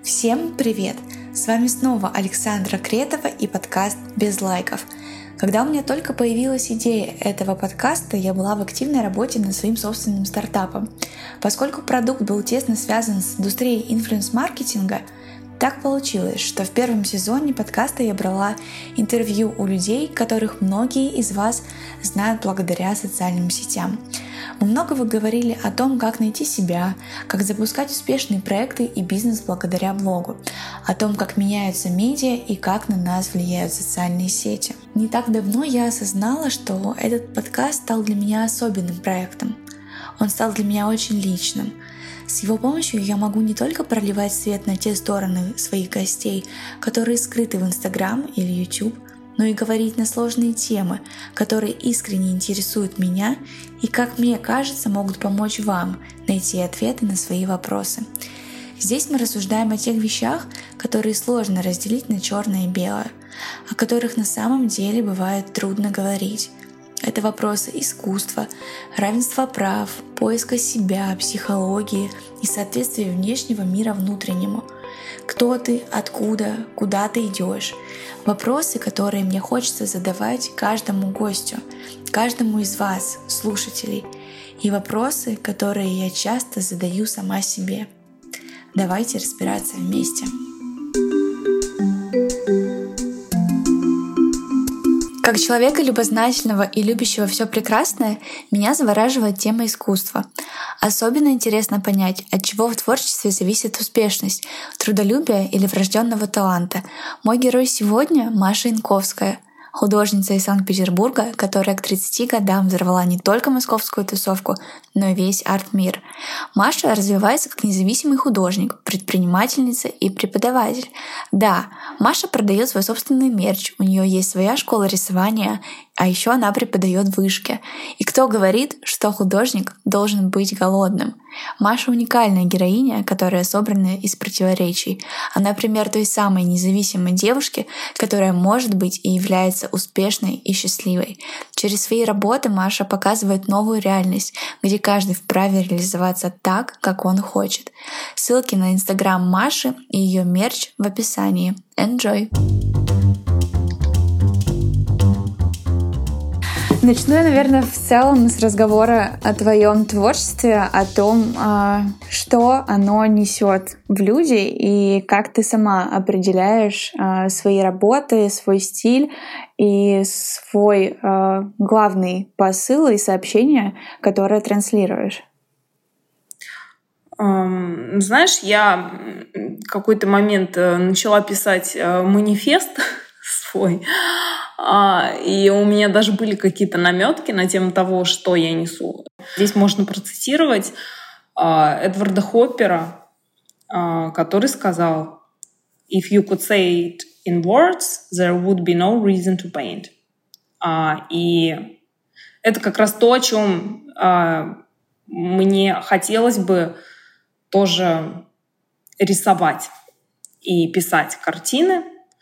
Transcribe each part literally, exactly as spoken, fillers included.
Всем привет! С вами снова Александра Кретова и подкаст «Без лайков». Когда у меня только появилась идея этого подкаста, я была в активной работе над своим собственным стартапом. Поскольку продукт был тесно связан с индустрией инфлюенс-маркетинга, так получилось, что в первом сезоне подкаста я брала интервью у людей, которых многие из вас знают благодаря социальным сетям. Мы много говорили о том, как найти себя, как запускать успешные проекты и бизнес благодаря блогу, о том, как меняются медиа и как на нас влияют социальные сети. Не так давно я осознала, что этот подкаст стал для меня особенным проектом. Он стал для меня очень личным. С его помощью я могу не только проливать свет на те стороны своих гостей, которые скрыты в Инстаграм или YouTube, но и говорить на сложные темы, которые искренне интересуют меня и, как мне кажется, могут помочь вам найти ответы на свои вопросы. Здесь мы рассуждаем о тех вещах, которые сложно разделить на черное и белое, о которых на самом деле бывает трудно говорить. Это вопросы искусства, равенства прав, поиска себя, психологии и соответствия внешнего мира внутреннему. Кто ты, откуда, куда ты идешь? Вопросы, которые мне хочется задавать каждому гостю, каждому из вас, слушателей. И вопросы, которые я часто задаю сама себе. Давайте разбираться вместе. Как человека любознательного и любящего все прекрасное, меня завораживает тема искусства. Особенно интересно понять, от чего в творчестве зависит успешность, трудолюбие или врожденного таланта. Мой герой сегодня — Маша Янковская, художница из Санкт-Петербурга, которая к тридцати годам взорвала не только московскую тусовку, но и весь арт-мир. Маша развивается как независимый художник, предпринимательница и преподаватель. Да, Маша продает свой собственный мерч, у нее есть своя школа рисования, а еще она преподает в вышке. И кто говорит, что художник должен быть голодным? Маша уникальная героиня, которая собрана из противоречий. Она пример той самой независимой девушки, которая может быть и является успешной и счастливой. Через свои работы Маша показывает новую реальность, где каждый вправе реализоваться так, как он хочет. Ссылки на инстаграм Маши и ее мерч в описании. Enjoy! Начну я, наверное, в целом с разговора о твоем творчестве, о том, что оно несет в люди и как ты сама определяешь свои работы, свой стиль и свой главный посыл и сообщение, которое транслируешь. Знаешь, я в какой-то момент начала писать манифест свой, и у меня даже были какие-то намётки на тему того, что я несу. Здесь можно процитировать Эдварда Хоппера, который сказал: «If you could say it in words, there would be no reason to paint». И это как раз то, о чем мне хотелось бы тоже рисовать и писать картины.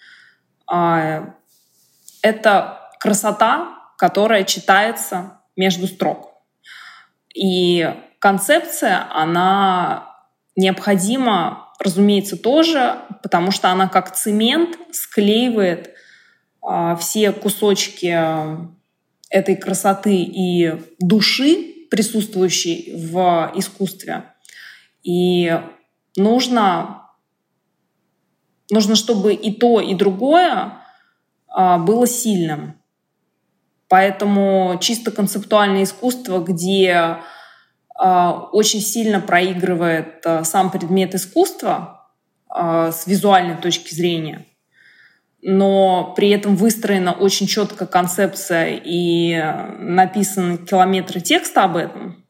Это красота, которая читается между строк. И концепция, она необходима, разумеется, тоже, потому что она как цемент склеивает а, все кусочки этой красоты и души, присутствующей в искусстве. И нужно, нужно, чтобы и то, и другое было сильным. Поэтому чисто концептуальное искусство, где очень сильно проигрывает сам предмет искусства с визуальной точки зрения, но при этом выстроена очень четко концепция и написаны километры текста об этом,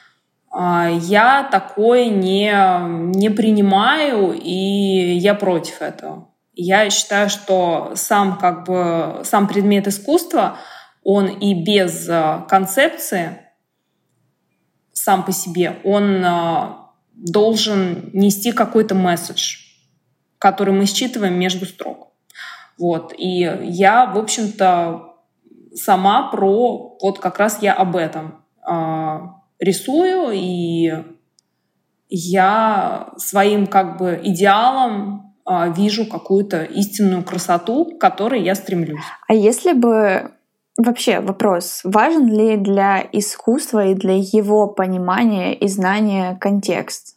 я такое не, не принимаю, и я против этого. Я считаю, что сам, как бы, сам предмет искусства, он и без концепции сам по себе, он должен нести какой-то месседж, который мы считываем между строк. Вот. И я, в общем-то, сама про, вот как раз я об этом рисую и я своим как бы идеалом вижу какую-то истинную красоту, к которой я стремлюсь. А если бы вообще вопрос, важен ли для искусства и для его понимания и знания контекст?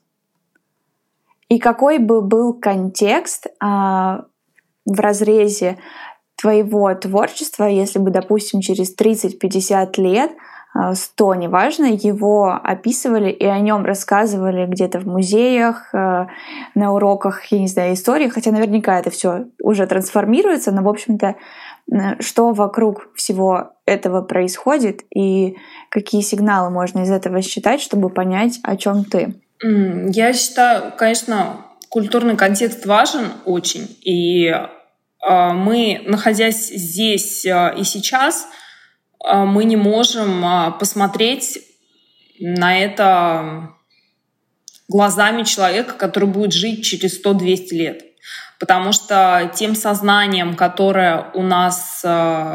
И какой бы был контекст а, в разрезе твоего творчества, если бы, допустим, через тридцать-пятьдесят лет, сто, неважно, его описывали и о нем рассказывали где-то в музеях, на уроках, я не знаю, истории, хотя наверняка это все уже трансформируется, но, в общем-то, что вокруг всего этого происходит и какие сигналы можно из этого считать, чтобы понять, о чем ты? Я считаю, конечно, культурный контекст важен очень, и мы, находясь здесь и сейчас, мы не можем посмотреть на это глазами человека, который будет жить через сто-двести лет. Потому что тем сознанием, которое у нас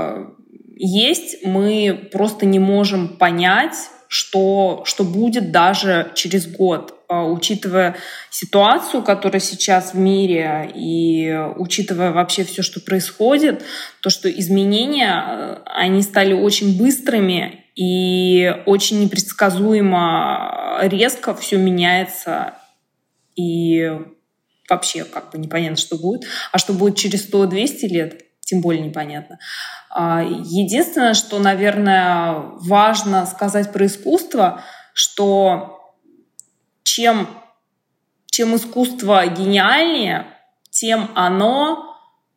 есть, мы просто не можем понять, что, что будет даже через год. Учитывая ситуацию, которая сейчас в мире, и учитывая вообще все, что происходит, то, что изменения, они стали очень быстрыми и очень непредсказуемо резко все меняется, и вообще как бы непонятно, что будет. А что будет через сто-двести лет, тем более непонятно. Единственное, что, наверное, важно сказать про искусство, что Чем, чем искусство гениальнее, тем оно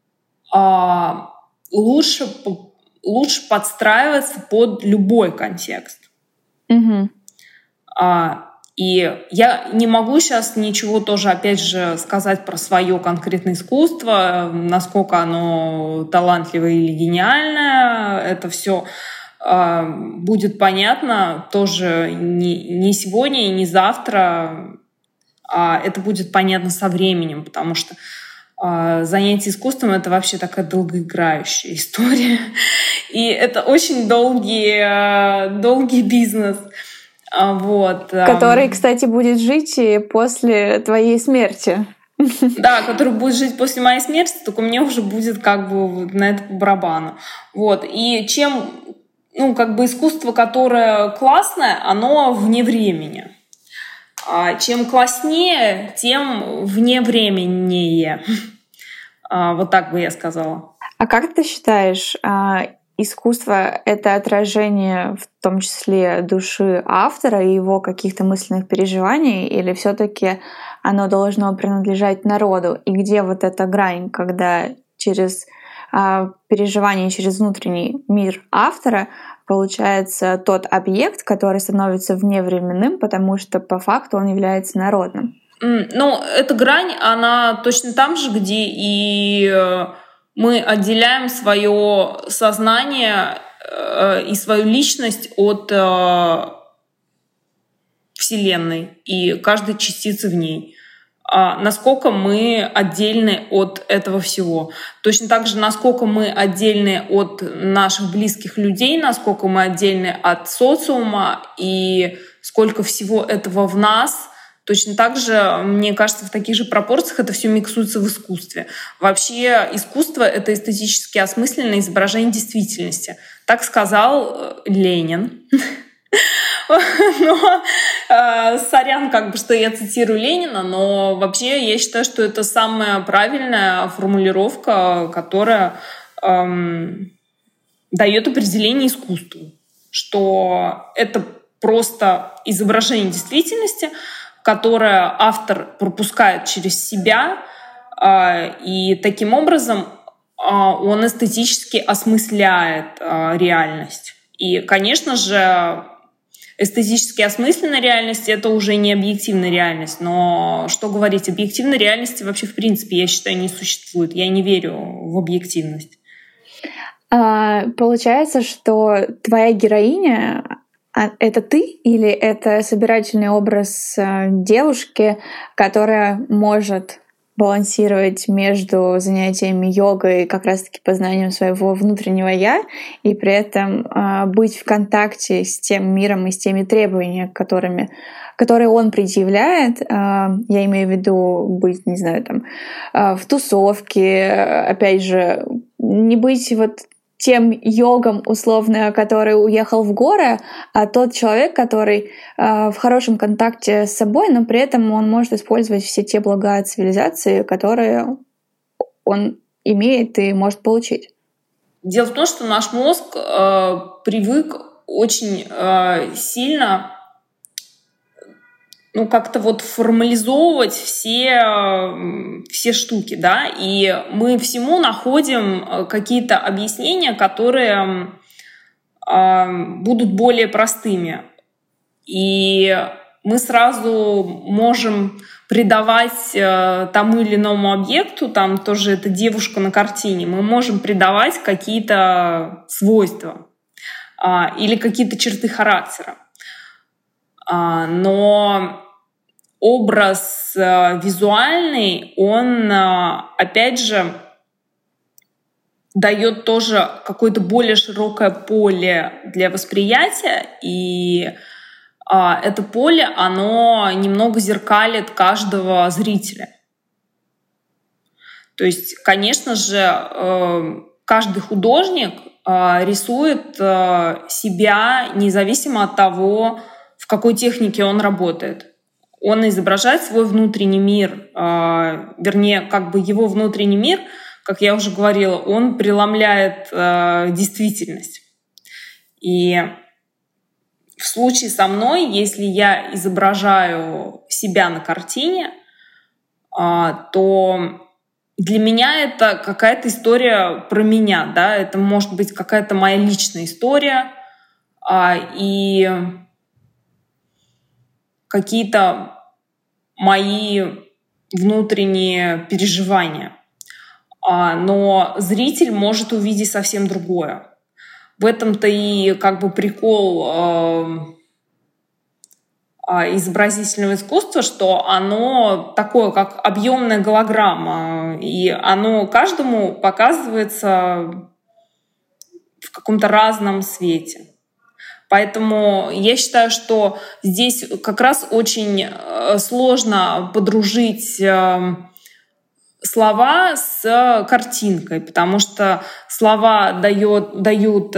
а, лучше, лучше подстраивается под любой контекст. Mm-hmm. А, и я не могу сейчас ничего тоже, опять же, сказать про свое конкретное искусство, насколько оно талантливое или гениальное. Это все будет понятно тоже не, не сегодня и не завтра, а это будет понятно со временем, потому что а, занятие искусством — это вообще такая долгоиграющая история. И это очень долгий, долгий бизнес. Вот. Который, кстати, будет жить и после твоей смерти. Да, который будет жить после моей смерти, только мне уже будет как бы на это по барабану. Вот. И чем Ну, как бы искусство, которое классное, оно вне времени. А чем класснее, тем вневременнее. А, вот так бы я сказала. А как ты считаешь, искусство — это отражение в том числе души автора и его каких-то мысленных переживаний, или все-таки оно должно принадлежать народу? И где вот эта грань, когда через переживание, через внутренний мир автора получается тот объект, который становится вневременным, потому что по факту он является народным? Mm, ну, эта грань, она точно там же, где и мы отделяем свое сознание и свою личность от Вселенной и каждой частицы в ней. Насколько мы отдельны от этого всего. Точно так же, насколько мы отдельны от наших близких людей, насколько мы отдельны от социума и сколько всего этого в нас. Точно так же, мне кажется, в таких же пропорциях это все миксуется в искусстве. Вообще искусство — это эстетически осмысленное изображение действительности. Так сказал Ленин. Но, э, сорян, как бы, что я цитирую Ленина, но вообще я считаю, что это самая правильная формулировка, которая эм, дает определение искусству, что это просто изображение действительности, которое автор пропускает через себя, э, и таким образом э, он эстетически осмысляет э, реальность. И, конечно же, эстетически осмысленная реальность — это уже не объективная реальность. Но что говорить, объективной реальности вообще в принципе, я считаю, не существует. Я не верю в объективность. А, получается, что твоя героиня — это ты или это собирательный образ девушки, которая может балансировать между занятиями йогой и как раз-таки познанием своего внутреннего «я», и при этом э, быть в контакте с тем миром и с теми требованиями, которыми, которые он предъявляет. Э, я имею в виду быть, не знаю, там, э, в тусовке, опять же, не быть вот тем йогом, условно, который уехал в горы, а тот человек, который э, в хорошем контакте с собой, но при этом он может использовать все те блага цивилизации, которые он имеет и может получить. Дело в том, что наш мозг э, привык очень э, сильно ну, как-то вот формализовывать все, все штуки, да, и мы всему находим какие-то объяснения, которые э, будут более простыми. И мы сразу можем придавать э, тому или иному объекту, там тоже эта девушка на картине, мы можем придавать какие-то свойства э, или какие-то черты характера. Э, но образ э, визуальный, он, э, опять же, дает тоже какое-то более широкое поле для восприятия, и э, это поле, оно немного зеркалит каждого зрителя. То есть, конечно же, э, каждый художник э, рисует э, себя независимо от того, в какой технике он работает. Он изображает свой внутренний мир, э, вернее, как бы его внутренний мир, как я уже говорила, он преломляет э, действительность. И в случае со мной, если я изображаю себя на картине, э, то для меня это какая-то история про меня, да, это может быть какая-то моя личная история, э, и какие-то мои внутренние переживания. Но зритель может увидеть совсем другое. В этом-то и как бы прикол изобразительного искусства, что оно такое, как объемная голограмма, и оно каждому показывается в каком-то разном свете. Поэтому я считаю, что здесь как раз очень сложно подружить слова с картинкой, потому что слова дают, дают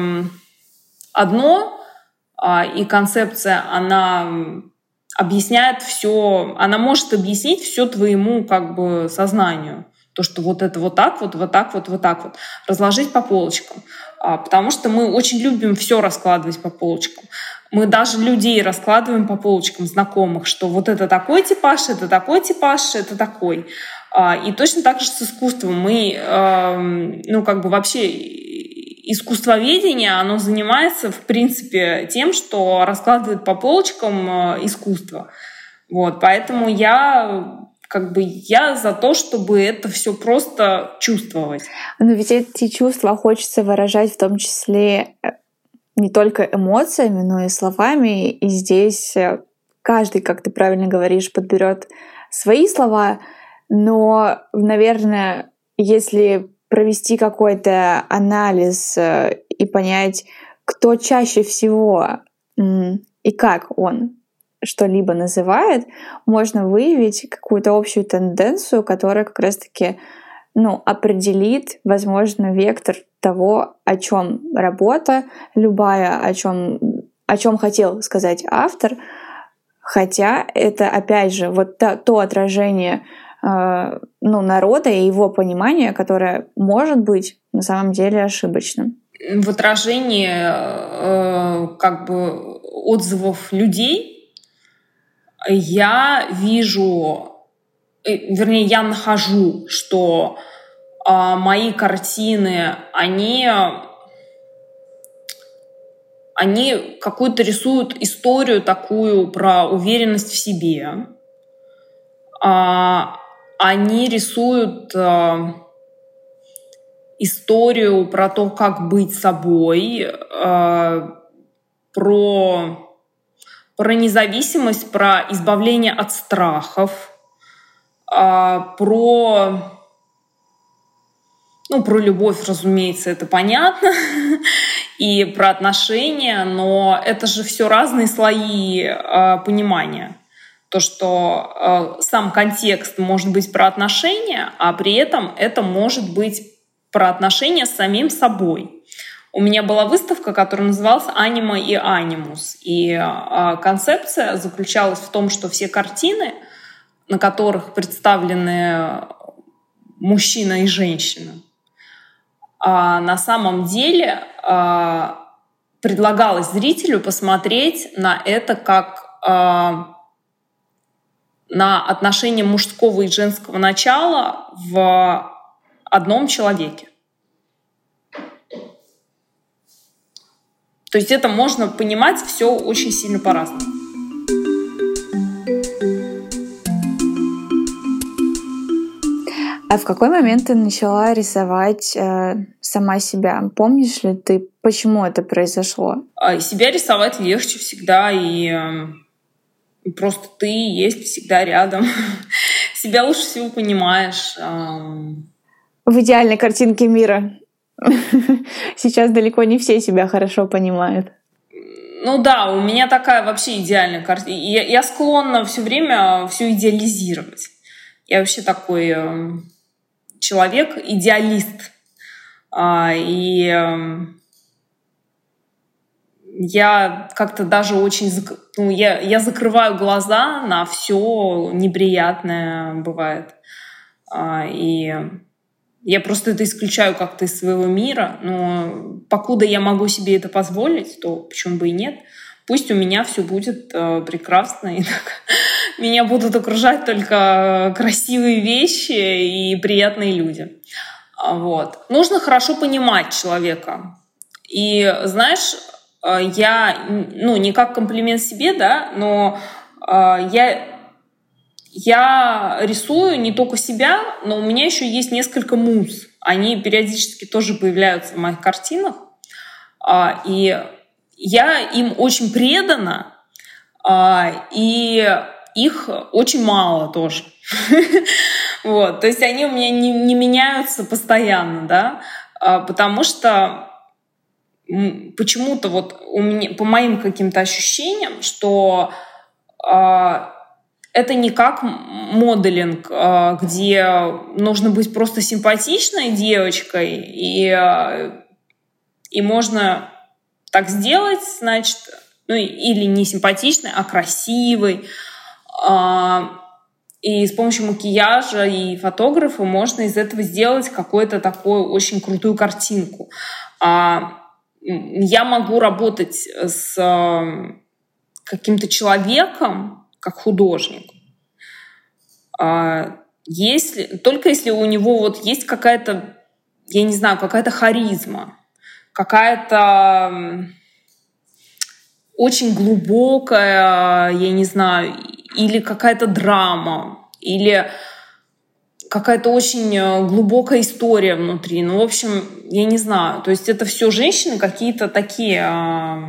одно, и концепция, она объясняет все, она может объяснить все твоему как бы сознанию. То, что вот это вот так вот, вот так вот, вот так вот. Разложить по полочкам. Потому что мы очень любим все раскладывать по полочкам. Мы даже людей раскладываем по полочкам, знакомых, что вот это такой типаж, это такой типаж, это такой. И точно так же с искусством. Мы, ну, как бы вообще искусствоведение, оно занимается, в принципе, тем, что раскладывает по полочкам искусство. Вот, поэтому я... Как бы я за то, чтобы это все просто чувствовать. Но ведь эти чувства хочется выражать в том числе не только эмоциями, но и словами. И здесь каждый, как ты правильно говоришь, подберет свои слова. Но, наверное, если провести какой-то анализ и понять, кто чаще всего и как он что-либо называет, можно выявить какую-то общую тенденцию, которая как раз-таки, ну, определит, возможно, вектор того, о чем работа любая, о чем, о чем хотел сказать автор. Хотя это, опять же, вот то, то отражение э, ну, народа и его понимания, которое может быть на самом деле ошибочным. В отражении э, как бы отзывов людей я вижу, вернее, я нахожу, что э, мои картины, они, они какую-то рисуют историю такую про уверенность в себе. Э, они рисуют э, историю про то, как быть собой, э, про... про независимость, про избавление от страхов. про... Ну, про любовь, разумеется, это понятно, и про отношения, но это же все разные слои э, понимания. То, что э, сам контекст может быть про отношения, а при этом это может быть про отношения с самим собой. У меня была выставка, которая называлась «Анима и анимус», и э, концепция заключалась в том, что все картины, на которых представлены мужчина и женщина, а на самом деле а, предлагалось зрителю посмотреть на это как а, на отношение мужского и женского начала в одном человеке. То есть это можно понимать все очень сильно по-разному. А в какой момент ты начала рисовать э, сама себя? Помнишь ли ты, почему это произошло? Себя рисовать легче всегда, и э, просто ты есть всегда рядом. Себя лучше всего понимаешь. Э... В идеальной картинке мира. Сейчас далеко не все себя хорошо понимают. Ну да, у меня такая вообще идеальная картина. Я, я склонна все время все идеализировать. Я вообще такой э, человек, идеалист. А, и э, я как-то даже очень... Ну, я, я закрываю глаза на все неприятное бывает. А, и я просто это исключаю как-то из своего мира. Но покуда я могу себе это позволить, то почему бы и нет. Пусть у меня все будет э, прекрасно. И так меня будут окружать только красивые вещи и приятные люди. Вот. Нужно хорошо понимать человека. И знаешь, я, ну, не как комплимент себе, да, но я, я рисую не только себя, но у меня еще есть несколько муз. Они периодически тоже появляются в моих картинах. И я им очень предана, и их очень мало тоже. Вот. То есть они у меня не, не меняются постоянно, да, потому что почему-то вот у меня, по моим каким-то ощущениям, что это не как моделинг, где нужно быть просто симпатичной девочкой, и, и можно так сделать, значит, ну или не симпатичной, а красивой. И с помощью макияжа и фотографа можно из этого сделать какую-то такую очень крутую картинку. Я могу работать с каким-то человеком, как художник, если, только если у него вот есть какая-то, я не знаю, какая-то харизма, какая-то очень глубокая, я не знаю, или какая-то драма, или какая-то очень глубокая история внутри. Ну, в общем, я не знаю. То есть это все женщины какие-то такие... А,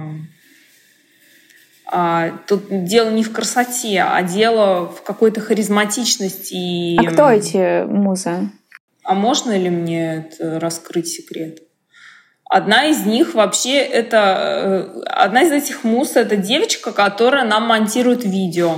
а, тут дело не в красоте, а дело в какой-то харизматичности. И... А кто эти музы? А можно ли мне это раскрыть секрет? Одна из них вообще это... Одна из этих муз — это девочка, которая нам монтирует видео.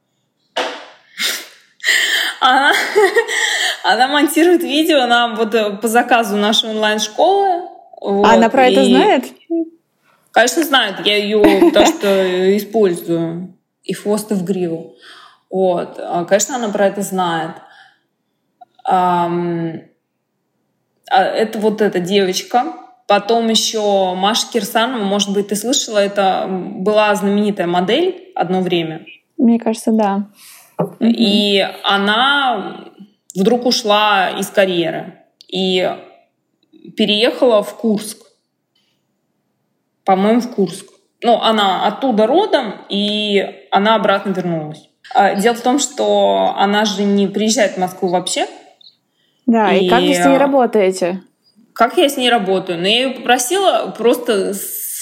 Она, она монтирует видео нам вот по заказу нашей онлайн-школы. Вот, а она про и... это знает? Конечно, знает. Я ее потому что использую. И в хвост, и в гриву. Вот. Конечно, она про это знает. Это вот эта девочка. Потом еще Маша Кирсанова, может быть, ты слышала, это была знаменитая модель одно время. Мне кажется, да. И она вдруг ушла из карьеры и переехала в Курск. По-моему, в Курск. Ну, она оттуда родом, и она обратно вернулась. Дело в том, что она же не приезжает в Москву вообще. Да, и, и как вы с ней работаете? Как я с ней работаю? Но я ее попросила просто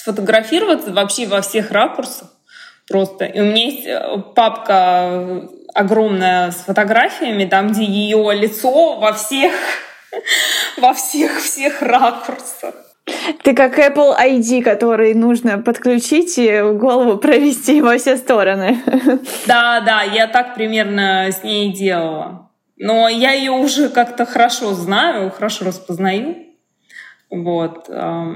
сфотографироваться вообще во всех ракурсах. Просто. И у меня есть папка огромная с фотографиями, там, где ее лицо во всех, во всех, всех ракурсах. Ты как Apple ай ди, который нужно подключить и в голову провести во все стороны. Да, да, я так примерно с ней делала. Но я ее уже как-то хорошо знаю, хорошо распознаю. Вот.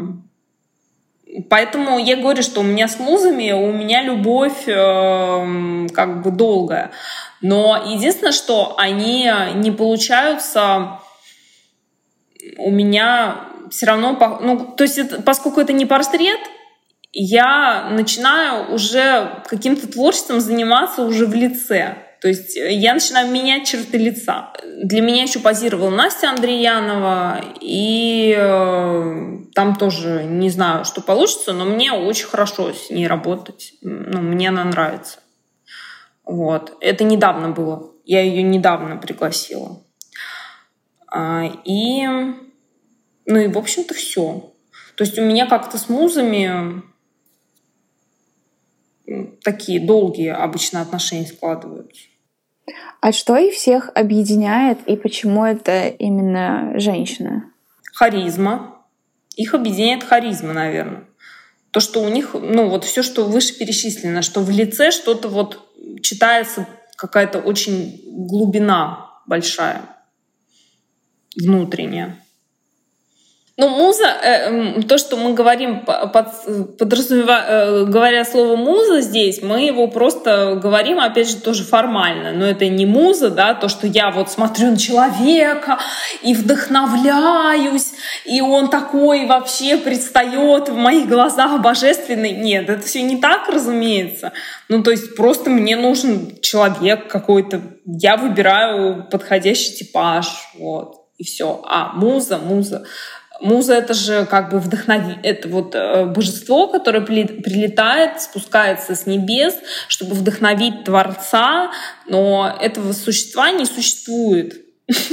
Поэтому я говорю, что у меня с музами, у меня любовь как бы долгая. Но единственное, что они не получаются у меня все равно... Ну, то есть, это, поскольку это не портрет, я начинаю уже каким-то творчеством заниматься уже в лице. То есть я начинаю менять черты лица. Для меня еще позировала Настя Андреянова, и э, там тоже не знаю, что получится, но мне очень хорошо с ней работать. Ну, мне она нравится. Вот. Это недавно было. Я ее недавно пригласила. А, и, ну и, в общем-то, все. То есть у меня как-то с музами такие долгие обычно отношения складываются. А что их всех объединяет и почему это именно женщина? Харизма. Их объединяет харизма, наверное. То, что у них, ну вот все, что выше перечислено, что в лице что-то вот читается, какая-то очень глубина большая, внутренняя. Ну, муза, э, то, что мы говорим, под, подразумевая, э, говоря слово «муза» здесь, мы его просто говорим, опять же, тоже формально. Но это не муза, да, то, что я вот смотрю на человека и вдохновляюсь, и он такой вообще предстает в моих глазах божественный. Нет, это все не так, разумеется. Ну, то есть просто мне нужен человек какой-то, я выбираю подходящий типаж, вот, и все. А муза, муза... Муза — это же как бы вдохновение, это вот э, божество, которое прилетает, спускается с небес, чтобы вдохновить Творца, но этого существа не существует.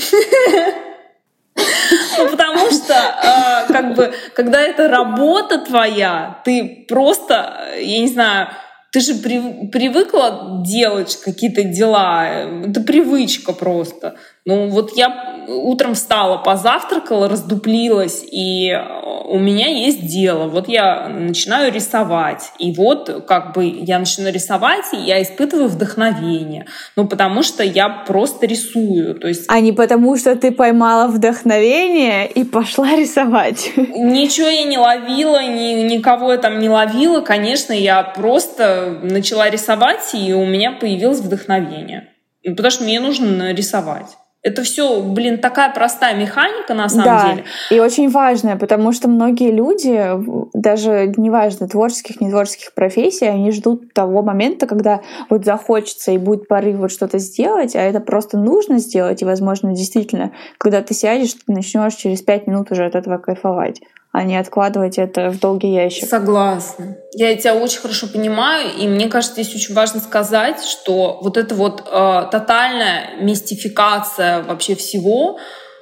Ну, потому что, как бы, когда это работа твоя, ты просто, я не знаю, ты же привыкла делать какие-то дела, это привычка просто. Ну вот я утром встала, позавтракала, раздуплилась, и у меня есть дело. Вот я начинаю рисовать. И вот как бы я начинаю рисовать, и я испытываю вдохновение. Ну потому что я просто рисую. То есть... А не потому, что ты поймала вдохновение и пошла рисовать? Ничего я не ловила, ни, никого я там не ловила. Конечно, я просто начала рисовать, и у меня появилось вдохновение. Потому что мне нужно рисовать. Это все, блин, такая простая механика на самом да, деле. И очень важная, потому что многие люди, даже неважно, творческих, не творческих профессий, они ждут того момента, когда вот захочется и будет порыв вот что-то сделать, а это просто нужно сделать, и, возможно, действительно, когда ты сядешь, ты начнешь через пять минут уже от этого кайфовать, а не откладывать это в долгий ящик. Согласна. Я тебя очень хорошо понимаю, и мне кажется, здесь очень важно сказать, что вот эта вот э, тотальная мистификация вообще всего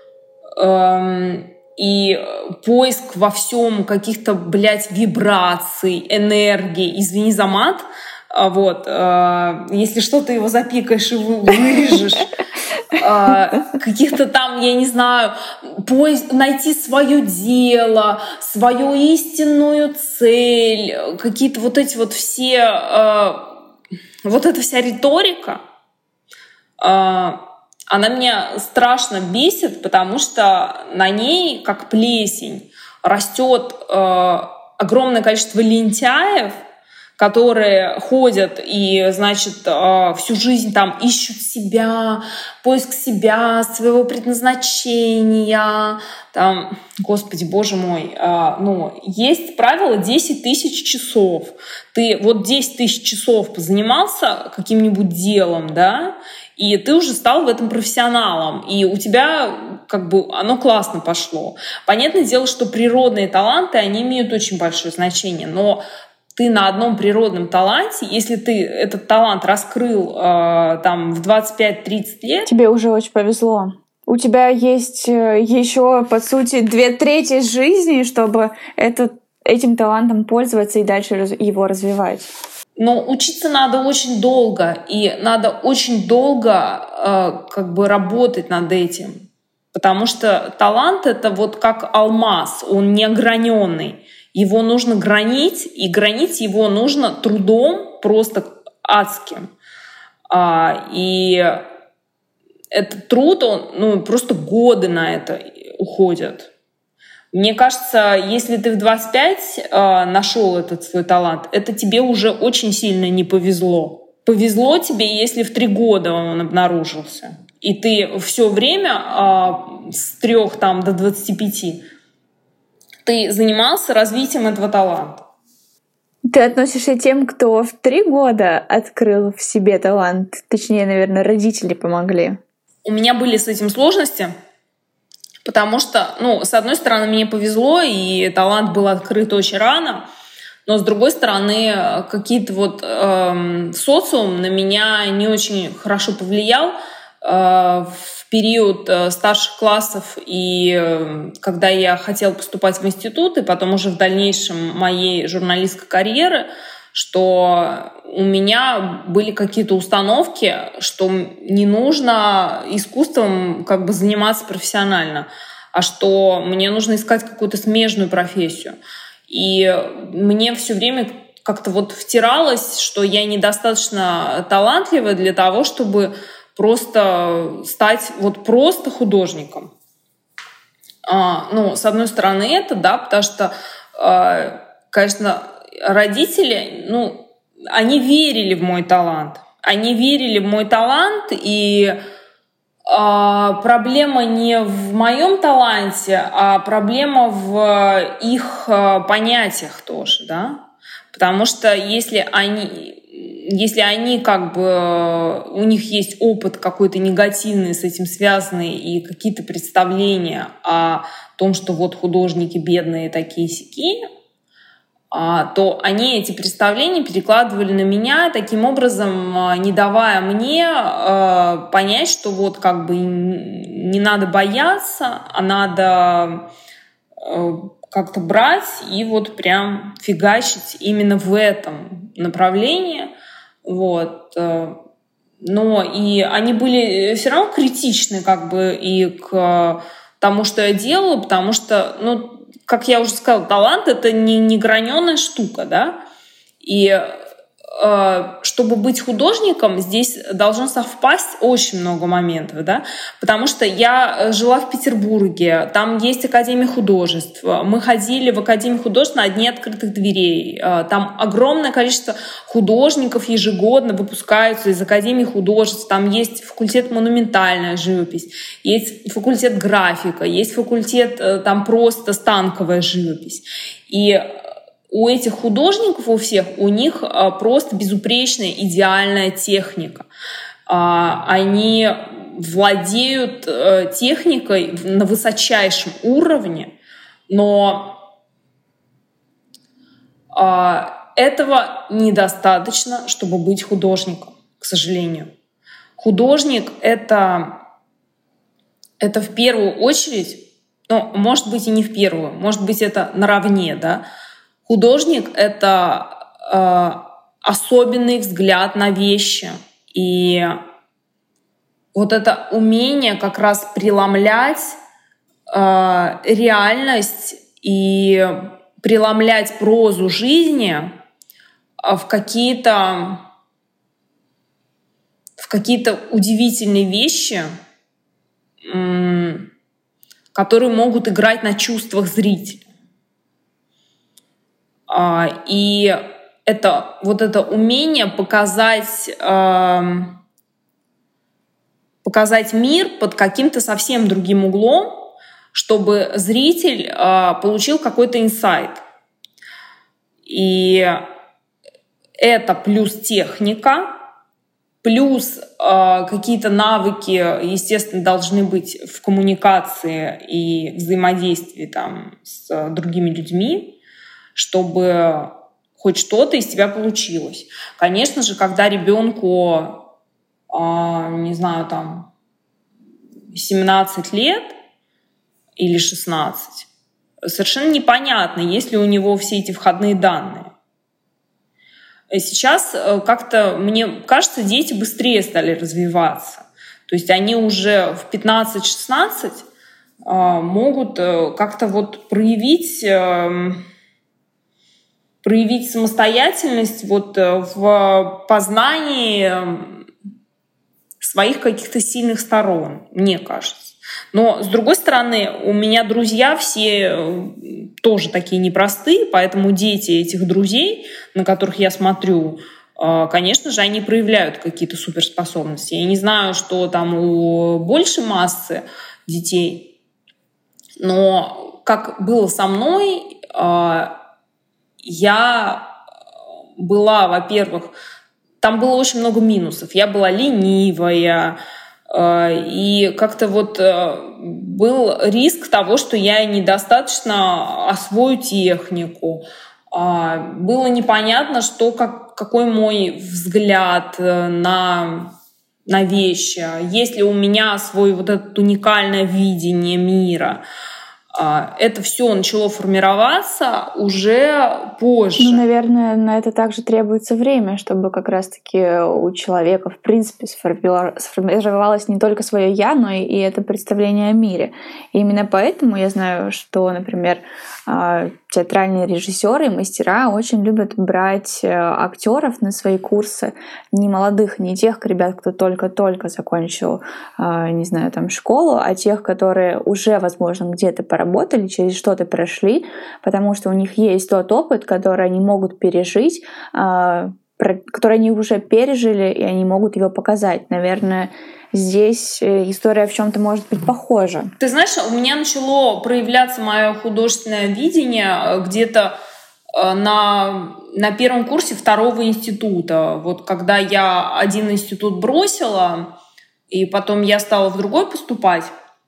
э, и поиск во всем каких-то, блядь, вибраций, энергии, извини за мат, э, вот, э, если что, ты его запикаешь и вырежешь, каких-то там, я не знаю, поиск, найти свое дело, свою истинную цель, какие-то вот эти вот все, э, вот эта вся риторика, э, она меня страшно бесит, потому что на ней, как плесень, растет э, огромное количество лентяев, которые ходят и, значит, всю жизнь там ищут себя, поиск себя, своего предназначения. Там, Господи, Боже мой, ну, есть правило десять тысяч часов. Ты вот десять тысяч часов позанимался каким-нибудь делом, да, и ты уже стал в этом профессионалом, и у тебя как бы оно классно пошло. Понятное дело, что природные таланты, они имеют очень большое значение, но ты на одном природном таланте, если ты этот талант раскрыл э, там в двадцать пять тридцать лет... Тебе уже очень повезло. У тебя есть еще, по сути, две трети жизни, чтобы этот, этим талантом пользоваться и дальше его развивать. Но учиться надо очень долго, и надо очень долго э, как бы работать над этим. Потому что талант — это вот как алмаз, он неограненный. Его нужно гранить, и гранить его нужно трудом просто адским. А, и этот труд, он, ну, просто годы на это уходят. Мне кажется, если ты в двадцать пять э, нашел этот свой талант, это тебе уже очень сильно не повезло. Повезло тебе, если в три года он обнаружился, и ты все время э, с трех там, до двадцати пяти ты занимался развитием этого таланта. Ты относишься к тем, кто в три года открыл в себе талант? Точнее, наверное, родители помогли. У меня были с этим сложности. Потому что, ну, с одной стороны, мне повезло, и талант был открыт очень рано, но с другой стороны, какие-то вот э, социум на меня не очень хорошо повлиял э, в период э, старших классов, и э, когда я хотела поступать в институт, и потом уже в дальнейшем моей журналистской карьеры, что у меня были какие-то установки, что не нужно искусством как бы заниматься профессионально, а что мне нужно искать какую-то смежную профессию. И мне все время как-то вот втиралось, что я недостаточно талантлива для того, чтобы просто стать вот просто художником. А, ну, с одной стороны, это, да, потому что, а, конечно, родители, ну, они верили в мой талант. Они верили в мой талант, и э, проблема не в моем таланте, а проблема в их э, понятиях тоже, да. Потому что если они, если они как бы, у них есть опыт какой-то негативный с этим связанный и какие-то представления о том, что вот художники бедные такие-сякие, то они эти представления перекладывали на меня, таким образом не давая мне понять, что вот как бы не надо бояться, а надо как-то брать и вот прям фигачить именно в этом направлении. Вот. Но и они были все равно критичны как бы и к тому, что я делаю, потому что, ну, как я уже сказала, талант — это не, не граненая штука, да, и э, чтобы быть художником, здесь должно совпасть очень много моментов, да, потому что я жила в Петербурге, там есть Академия художеств, мы ходили в Академию художеств на дни открытых дверей, там огромное количество художников ежегодно выпускаются из Академии художеств, там есть факультет монументальная живопись, есть факультет графика, есть факультет там просто станковая живопись. И у этих художников, у всех, у них просто безупречная, идеальная техника. Они владеют техникой на высочайшем уровне, но этого недостаточно, чтобы быть художником, к сожалению. Художник — это, это в первую очередь, ну, может быть, и не в первую, может быть, это наравне, да. Художник — это э, особенный взгляд на вещи. И вот это умение как раз преломлять э, реальность и преломлять прозу жизни в какие-то, в какие-то удивительные вещи, м- которые могут играть на чувствах зрителя. И это вот это умение показать, э, показать мир под каким-то совсем другим углом, чтобы зритель э, получил какой-то инсайт. И это плюс техника, плюс э, какие-то навыки, естественно, должны быть в коммуникации и взаимодействии там, с другими людьми, чтобы хоть что-то из тебя получилось. Конечно же, когда ребенку, э, не знаю, там семнадцать лет или шестнадцать, совершенно непонятно, есть ли у него все эти входные данные. Сейчас как-то, мне кажется, дети быстрее стали развиваться. То есть они уже в пятнадцать-шестнадцать могут как-то вот проявить, проявить самостоятельность вот в познании своих каких-то сильных сторон, мне кажется. Но, с другой стороны, у меня друзья все тоже такие непростые, поэтому дети этих друзей, на которых я смотрю, конечно же, они проявляют какие-то суперспособности. Я не знаю, что там у большей массы детей, но как было со мной, я была, во-первых, там было очень много минусов. Я была ленивая, и как-то вот был риск того, что я недостаточно освою технику. Было непонятно, что, как, какой мой взгляд на, на вещи, есть ли у меня свой вот это уникальное видение мира. Это все начало формироваться уже позже. Ну, наверное, на это также требуется время, чтобы как раз-таки у человека, в принципе, сформировалось не только свое «я», но и это представление о мире. И именно поэтому я знаю, что, например, театральные режиссеры и мастера очень любят брать актеров на свои курсы, не молодых, не тех ребят, кто только-только закончил, не знаю, там школу, а тех, которые уже, возможно, где-то поработали, через что-то прошли, потому что у них есть тот опыт, который они могут пережить, который они уже пережили, и они могут его показать. Наверное, здесь история в чем-то может быть похожа. Ты знаешь, у меня начало проявляться мое художественное видение где-то на, на первом курсе второго института. Вот когда я один институт бросила, и потом я стала в другой поступать,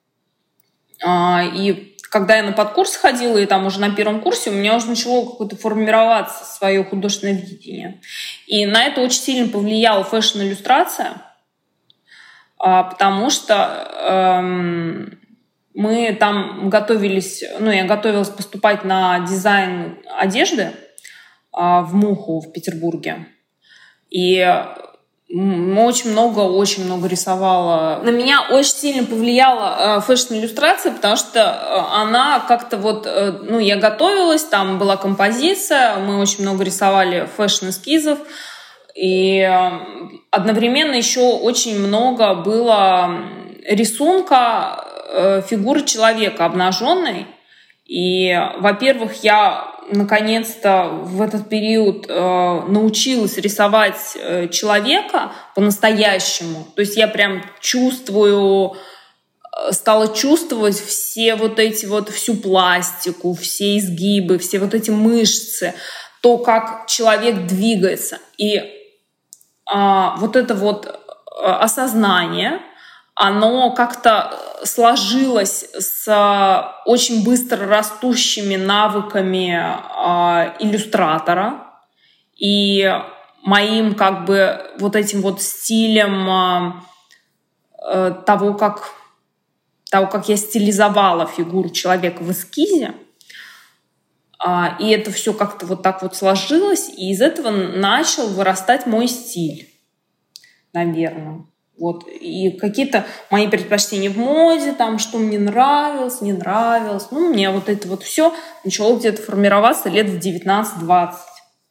и когда я на подкурс ходила, и там уже на первом курсе у меня уже начало какое-то формироваться свое художественное видение. И на это очень сильно повлияла фэшн-иллюстрация, потому что эм, мы там готовились, ну, я готовилась поступать на дизайн одежды э, в МУХу в Петербурге. И мы очень много, очень много рисовала. На меня очень сильно повлияла фэшн-иллюстрация, потому что она как-то вот... Ну, я готовилась, там была композиция, мы очень много рисовали фэшн-эскизов, и одновременно еще очень много было рисунка фигуры человека обнаженной. И, во-первых, я наконец-то в этот период э, научилась рисовать э, человека по-настоящему. То есть я прям чувствую, э, стала чувствовать все вот эти вот, всю пластику, все изгибы, все вот эти мышцы, то, как человек двигается. И э, вот это вот э, осознание, оно как-то сложилось с очень быстро растущими навыками э, иллюстратора и моим как бы вот этим вот стилем э, того, как, того, как я стилизовала фигуру человека в эскизе. Э, и это все как-то вот так вот сложилось, и из этого начал вырастать мой стиль, наверное. Вот. И какие-то мои предпочтения в моде, там, что мне нравилось, не нравилось. Ну, мне вот это вот все начало где-то формироваться лет в девятнадцать-двадцать.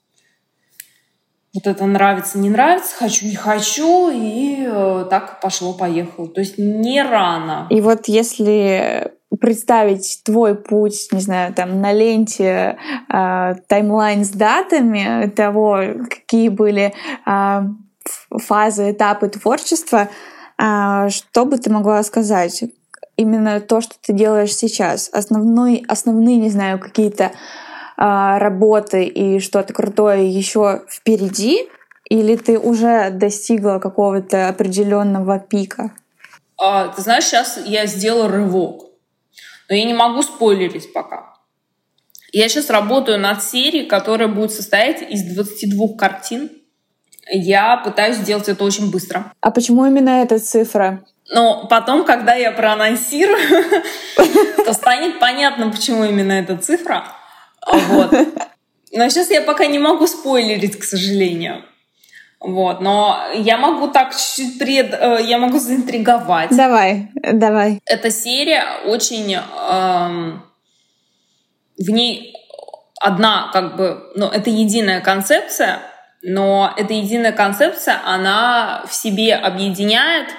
Вот это нравится, не нравится, хочу, не хочу, и э, так пошло-поехало. То есть не рано. И вот если представить твой путь, не знаю, там на ленте э, таймлайн с датами того, какие были... Э, фазы, этапы творчества, что бы ты могла сказать? Именно то, что ты делаешь сейчас. Основной, основные, не знаю, какие-то работы и что-то крутое еще впереди? Или ты уже достигла какого-то определенного пика? А, ты знаешь, сейчас я сделала рывок. Но я не могу спойлерить пока. Я сейчас работаю над серией, которая будет состоять из двадцати двух картин. Я пытаюсь сделать это очень быстро. А почему именно эта цифра? Но потом, когда я проанонсирую, то станет понятно, почему именно эта цифра. Вот. Но сейчас я пока не могу спойлерить, к сожалению. Вот, но я могу так чуть-чуть пред... я могу заинтриговать. Давай, давай. Эта серия очень... Эм, в ней одна, как бы... Ну, это единая концепция, но эта единая концепция, она в себе объединяет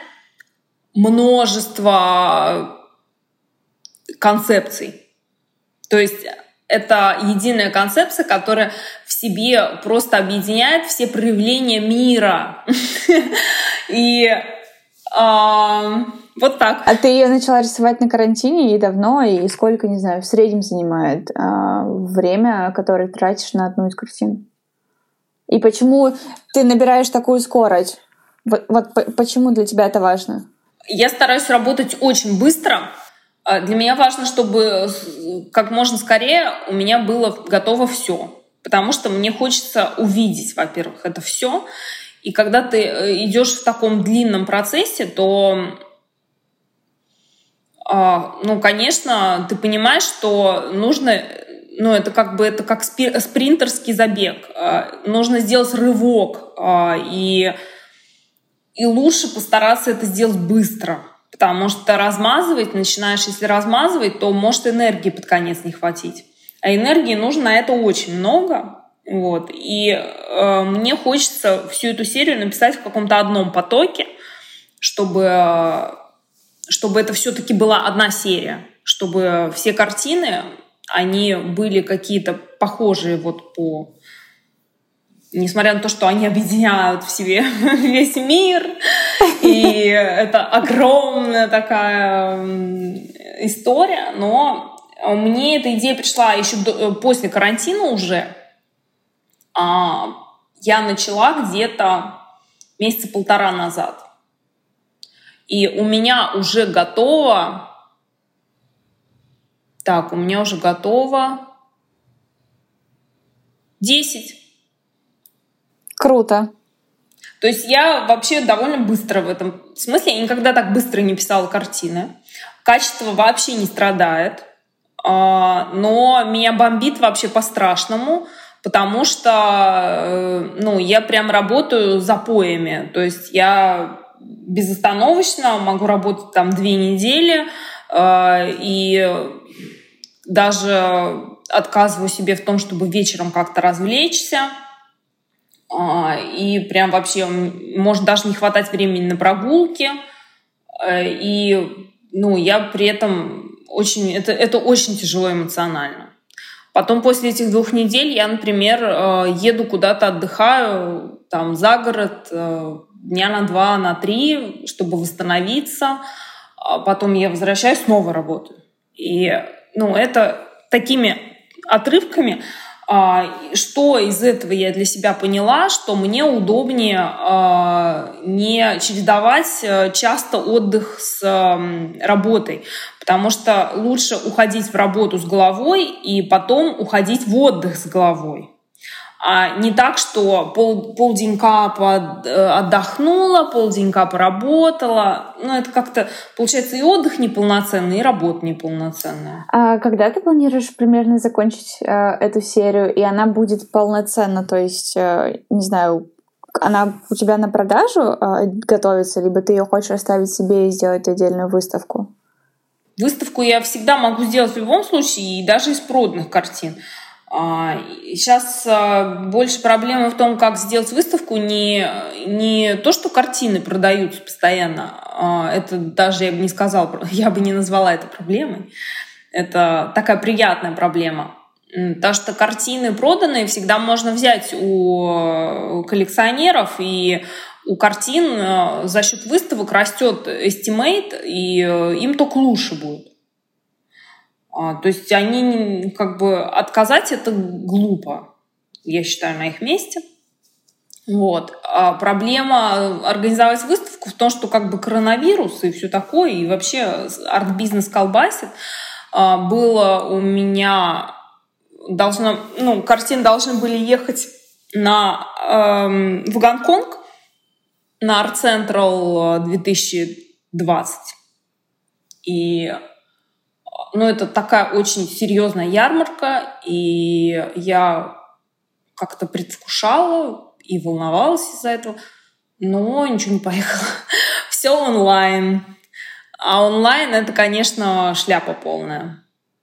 множество концепций. То есть это единая концепция, которая в себе просто объединяет все проявления мира. И вот так. А ты ее начала рисовать на карантине и давно, и сколько, не знаю, в среднем занимает время, которое тратишь на одну из картин? И почему ты набираешь такую скорость? Вот, вот почему для тебя это важно? Я стараюсь работать очень быстро. Для меня важно, чтобы как можно скорее у меня было готово все, потому что мне хочется увидеть, во-первых, это все. И когда ты идешь в таком длинном процессе, то, ну, конечно, ты понимаешь, что нужно, ну, это как бы это как спринтерский забег, нужно сделать рывок, и и лучше постараться это сделать быстро. Потому что размазывать, начинаешь, если размазывать, то может энергии под конец не хватить. А энергии нужно на это очень много. Вот. И э, мне хочется всю эту серию написать в каком-то одном потоке, чтобы, э, чтобы это все-таки была одна серия. Чтобы все картины, они были какие-то похожие вот по... Несмотря на то, что они объединяют в себе весь мир, и это огромная такая история, но мне эта идея пришла еще после карантина уже. Я начала где-то месяца полтора назад. И у меня уже готово... Так, у меня уже готово десять. Круто. То есть я вообще довольно быстро в этом смысле. Я никогда так быстро не писала картины. Качество вообще не страдает. Но меня бомбит вообще по-страшному, потому что ну, я прям работаю запоями. То есть я безостановочно могу работать там две недели и даже отказываю себе в том, чтобы вечером как-то развлечься. И прям вообще может даже не хватать времени на прогулки. И ну, я при этом очень... Это, это очень тяжело эмоционально. Потом после этих двух недель я, например, еду куда-то, отдыхаю там за город дня на два, на три, чтобы восстановиться. Потом я возвращаюсь, снова работаю. И ну, это такими отрывками... Что из этого я для себя поняла, что мне удобнее не чередовать часто отдых с работой, потому что лучше уходить в работу с головой и потом уходить в отдых с головой. А не так, что пол, полденька под, отдохнула, полденька поработала. Ну, это как-то, получается, и отдых неполноценный, и работа неполноценная. А когда ты планируешь примерно закончить э, эту серию, и она будет полноценна? То есть, э, не знаю, она у тебя на продажу э, готовится, либо ты ее хочешь оставить себе и сделать отдельную выставку? Выставку я всегда могу сделать в любом случае, и даже из проданных картин. Сейчас больше проблема в том, как сделать выставку, не, не то, что картины продаются постоянно, это даже я бы не сказала, я бы не назвала это проблемой, это такая приятная проблема. Потому что картины проданные всегда можно взять у коллекционеров, и у картин за счет выставок растет estimate, и им только лучше будет. То есть они как бы отказать это глупо, я считаю, на их месте. Вот. А проблема организовать выставку в том, что как бы коронавирус и все такое, и вообще арт-бизнес колбасит. Было у меня должно, ну, картины должны были ехать на, эм, в Гонконг на Art Central две тысячи двадцать. И ну, это такая очень серьезная ярмарка, и я как-то предвкушала и волновалась из-за этого, но ничего не поехало. Все онлайн. А онлайн — это, конечно, шляпа полная.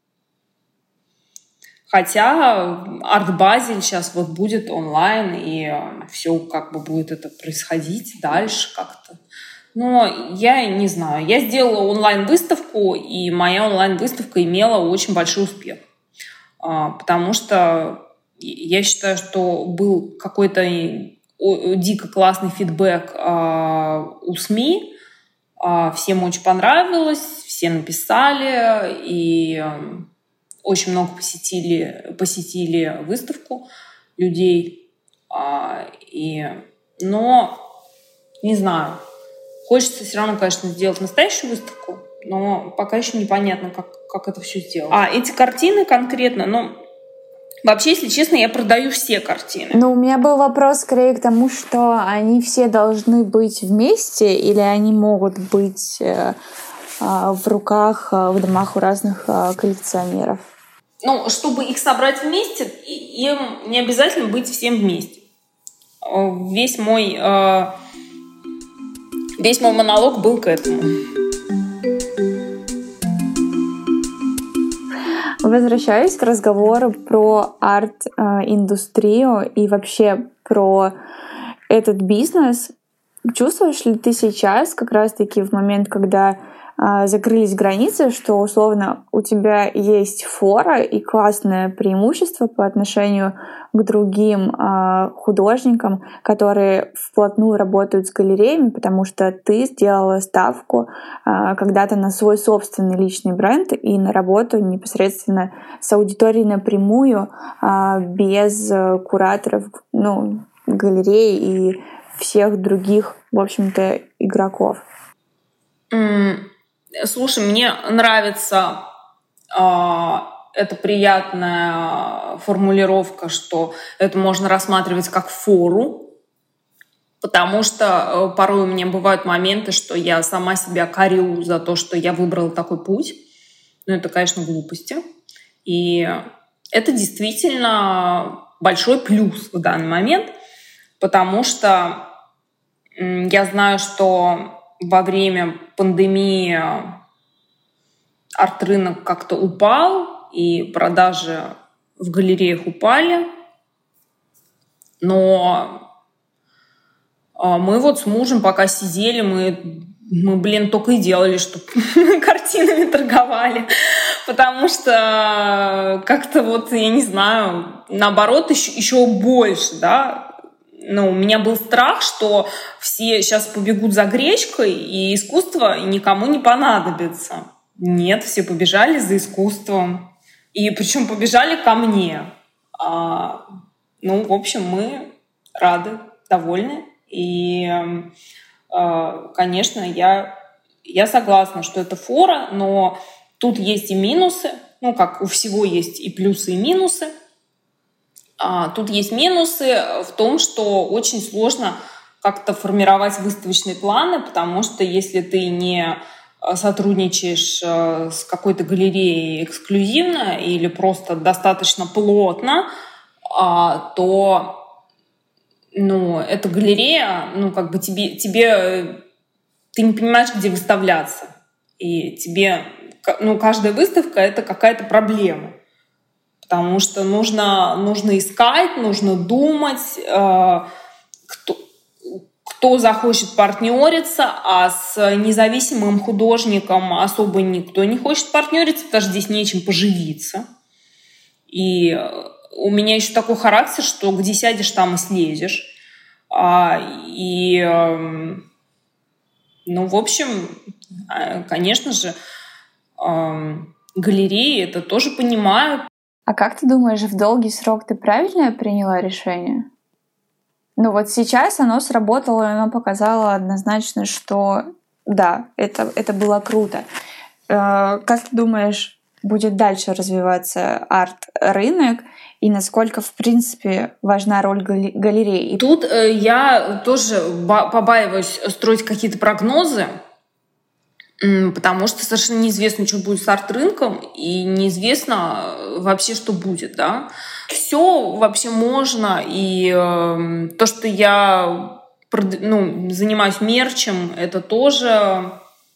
Хотя Art Basel сейчас вот будет онлайн, и все как бы будет это происходить дальше как-то. Но я не знаю. Я сделала онлайн-выставку, и моя онлайн-выставка имела очень большой успех. Потому что я считаю, что был какой-то дико классный фидбэк у СМИ. Всем очень понравилось, все написали, и очень много посетили, посетили выставку людей. И, но не знаю. Хочется все равно, конечно, сделать настоящую выставку, но пока еще непонятно, как, как это все сделать. А эти картины конкретно, ну, вообще, если честно, я продаю все картины. Ну, у меня был вопрос скорее к тому, что они все должны быть вместе или они могут быть э, э, в руках, э, в домах у разных э, коллекционеров? Ну, чтобы их собрать вместе, им не обязательно быть всем вместе. Весь мой... Э, Весь мой монолог был к этому. Возвращаясь к разговору про арт-индустрию и вообще про этот бизнес, чувствуешь ли ты сейчас, как раз-таки в момент, когда закрылись границы, что условно у тебя есть фора и классное преимущество по отношению к другим э, художникам, которые вплотную работают с галереями, потому что ты сделала ставку э, когда-то на свой собственный личный бренд и на работу непосредственно с аудиторией напрямую, э, без кураторов, ну, галереи и всех других, в общем-то, игроков. Mm. Слушай, мне нравится э, эта приятная формулировка, что это можно рассматривать как фору, потому что э, порой у меня бывают моменты, что я сама себя корю за то, что я выбрала такой путь. Но это, конечно, глупости. И это действительно большой плюс в данный момент, потому что э, я знаю, что во время пандемии арт-рынок как-то упал, и продажи в галереях упали. Но мы вот с мужем пока сидели, мы, мы блин, только и делали, что картинами торговали. Потому что как-то вот, я не знаю, наоборот, еще, еще больше, да. Ну, у меня был страх, что все сейчас побегут за гречкой, и искусство никому не понадобится. Нет, все побежали за искусством. И причем побежали ко мне. А, ну, в общем, мы рады, довольны. И, а, конечно, я, я согласна, что это фора, но тут есть и минусы. Ну, как у всего есть и плюсы, и минусы. А, тут есть минусы в том, что очень сложно как-то формировать выставочные планы, потому что если ты не сотрудничаешь с какой-то галереей эксклюзивно или просто достаточно плотно, а, то ну, эта галерея, ну, как бы тебе, тебе ты не понимаешь, где выставляться. И тебе, ну, каждая выставка — это какая-то проблема. Потому что нужно, нужно искать, нужно думать, э, кто, кто захочет партнериться, а с независимым художником особо никто не хочет партнериться, потому что здесь нечем поживиться. И у меня еще такой характер, что где сядешь, там и слезешь. А, и, э, ну, в общем, конечно же, э, галереи это тоже понимают. А как ты думаешь, в долгий срок ты правильно приняла решение? Ну вот сейчас оно сработало, и оно показало однозначно, что да, это, это было круто. Как ты думаешь, будет дальше развиваться арт-рынок и насколько, в принципе, важна роль галереи? Тут э, я тоже побаиваюсь строить какие-то прогнозы, Потому что совершенно неизвестно, что будет с арт-рынком, и неизвестно вообще, что будет, да. Все вообще можно, и э, то, что я ну, занимаюсь мерчем, это тоже,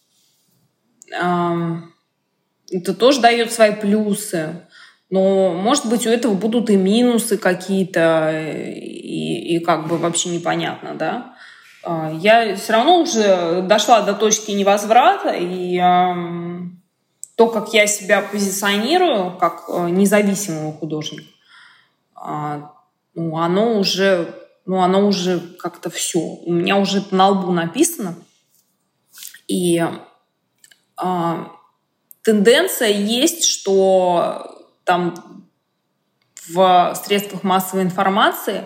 э, это тоже дает свои плюсы. Но, может быть, у этого будут и минусы какие-то, и, и как бы вообще непонятно, да. Я все равно уже дошла до точки невозврата, и э, то, как я себя позиционирую как независимого художника, э, ну, оно уже, ну, оно уже как-то все. У меня уже это на лбу написано. И э, тенденция есть, что там в средствах массовой информации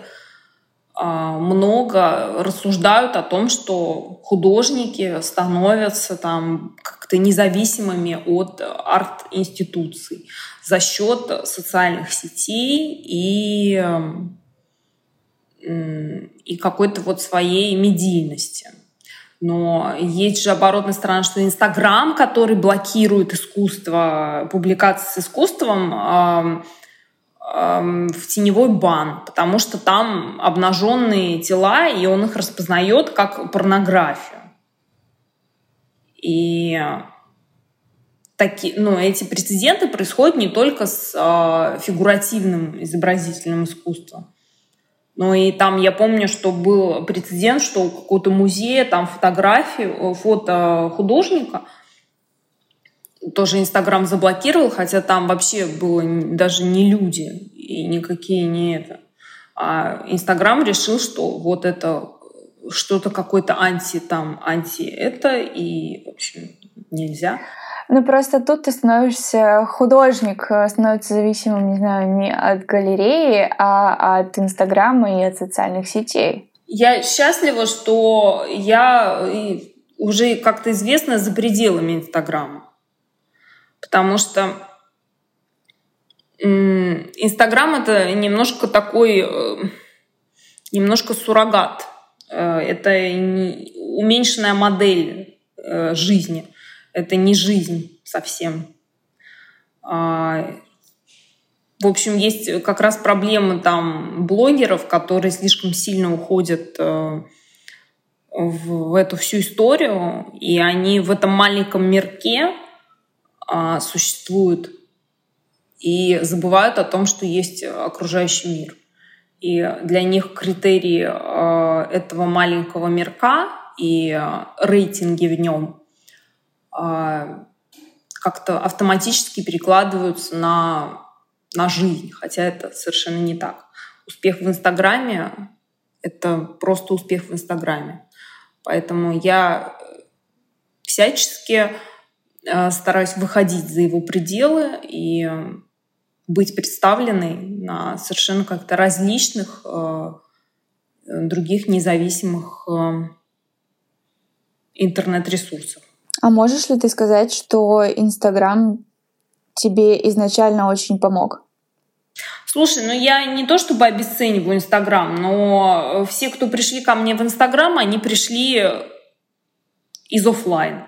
много рассуждают о том, что художники становятся там как-то независимыми от арт-институций за счет социальных сетей и, и какой-то вот своей медийности. Но есть же оборотная сторона, что Инстаграм, который блокирует искусство, публикации с искусством, в теневой бан, потому что там обнаженные тела, и он их распознает как порнографию. И такие, ну, эти прецеденты происходят не только с э, фигуративным изобразительным искусством, но и там я помню, что был прецедент, что у какого-то музея там фотографии, фото художника тоже Инстаграм заблокировал, хотя там вообще было даже не люди и никакие не это. А Инстаграм решил, что вот это что-то какое-то анти там, анти это, и, в общем, нельзя. Ну, просто тут ты становишься, художник становится зависимым, не знаю, не от галереи, а от Инстаграма и от социальных сетей. Я счастлива, что я уже как-то известна за пределами Инстаграма. Потому что Инстаграм — это немножко такой, немножко суррогат. Это уменьшенная модель жизни. Это не жизнь совсем. В общем, есть как раз проблемы там блогеров, которые слишком сильно уходят в эту всю историю, и они в этом маленьком мирке существуют и забывают о том, что есть окружающий мир. И для них критерии этого маленького мирка и рейтинги в нем как-то автоматически перекладываются на, на жизнь, хотя это совершенно не так. Успех в Инстаграме — это просто успех в Инстаграме. Поэтому я всячески стараюсь выходить за его пределы и быть представленной на совершенно как-то различных э, других независимых э, интернет-ресурсах. А можешь ли ты сказать, что Инстаграм тебе изначально очень помог? Слушай, ну я не то чтобы обесцениваю Инстаграм, но все, кто пришли ко мне в Инстаграм, они пришли из офлайн.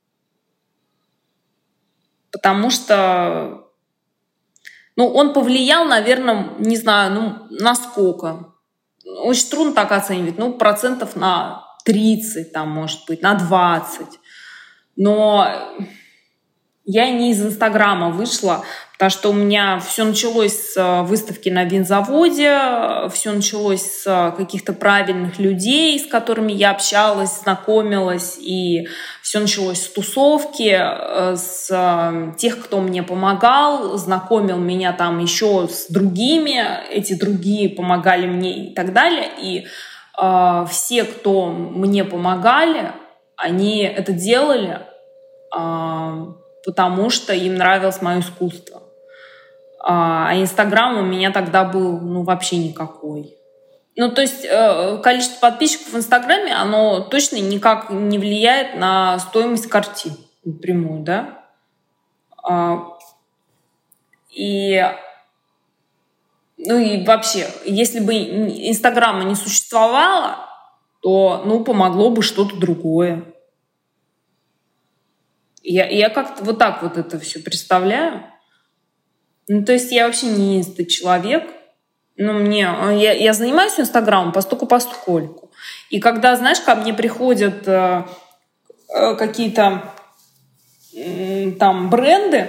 Потому что, ну, он повлиял, наверное, не знаю, ну, на сколько. Очень трудно так оценивать. Ну, процентов на тридцать, там, может быть, на двадцать. Но я не из Инстаграма вышла, потому что у меня все началось с выставки на винзаводе, все началось с каких-то правильных людей, с которыми я общалась, знакомилась, и все началось с тусовки, с тех, кто мне помогал, знакомил меня там еще с другими, эти другие помогали мне и так далее. И э, все, кто мне помогали, они это делали, э, потому что им нравилось мое искусство. А Инстаграм у меня тогда был, ну, вообще никакой. Ну, то есть э, количество подписчиков в Инстаграме, оно точно никак не влияет на стоимость картин напрямую, да? А, и, ну, и вообще, если бы Инстаграма не существовало, то, ну, помогло бы что-то другое. Я, я как-то вот так вот это все представляю. Ну, то есть я вообще не инста-человек. Ну, мне, я, я занимаюсь Инстаграмом постольку-поскольку. И когда, знаешь, ко мне приходят э, э, какие-то э, там бренды,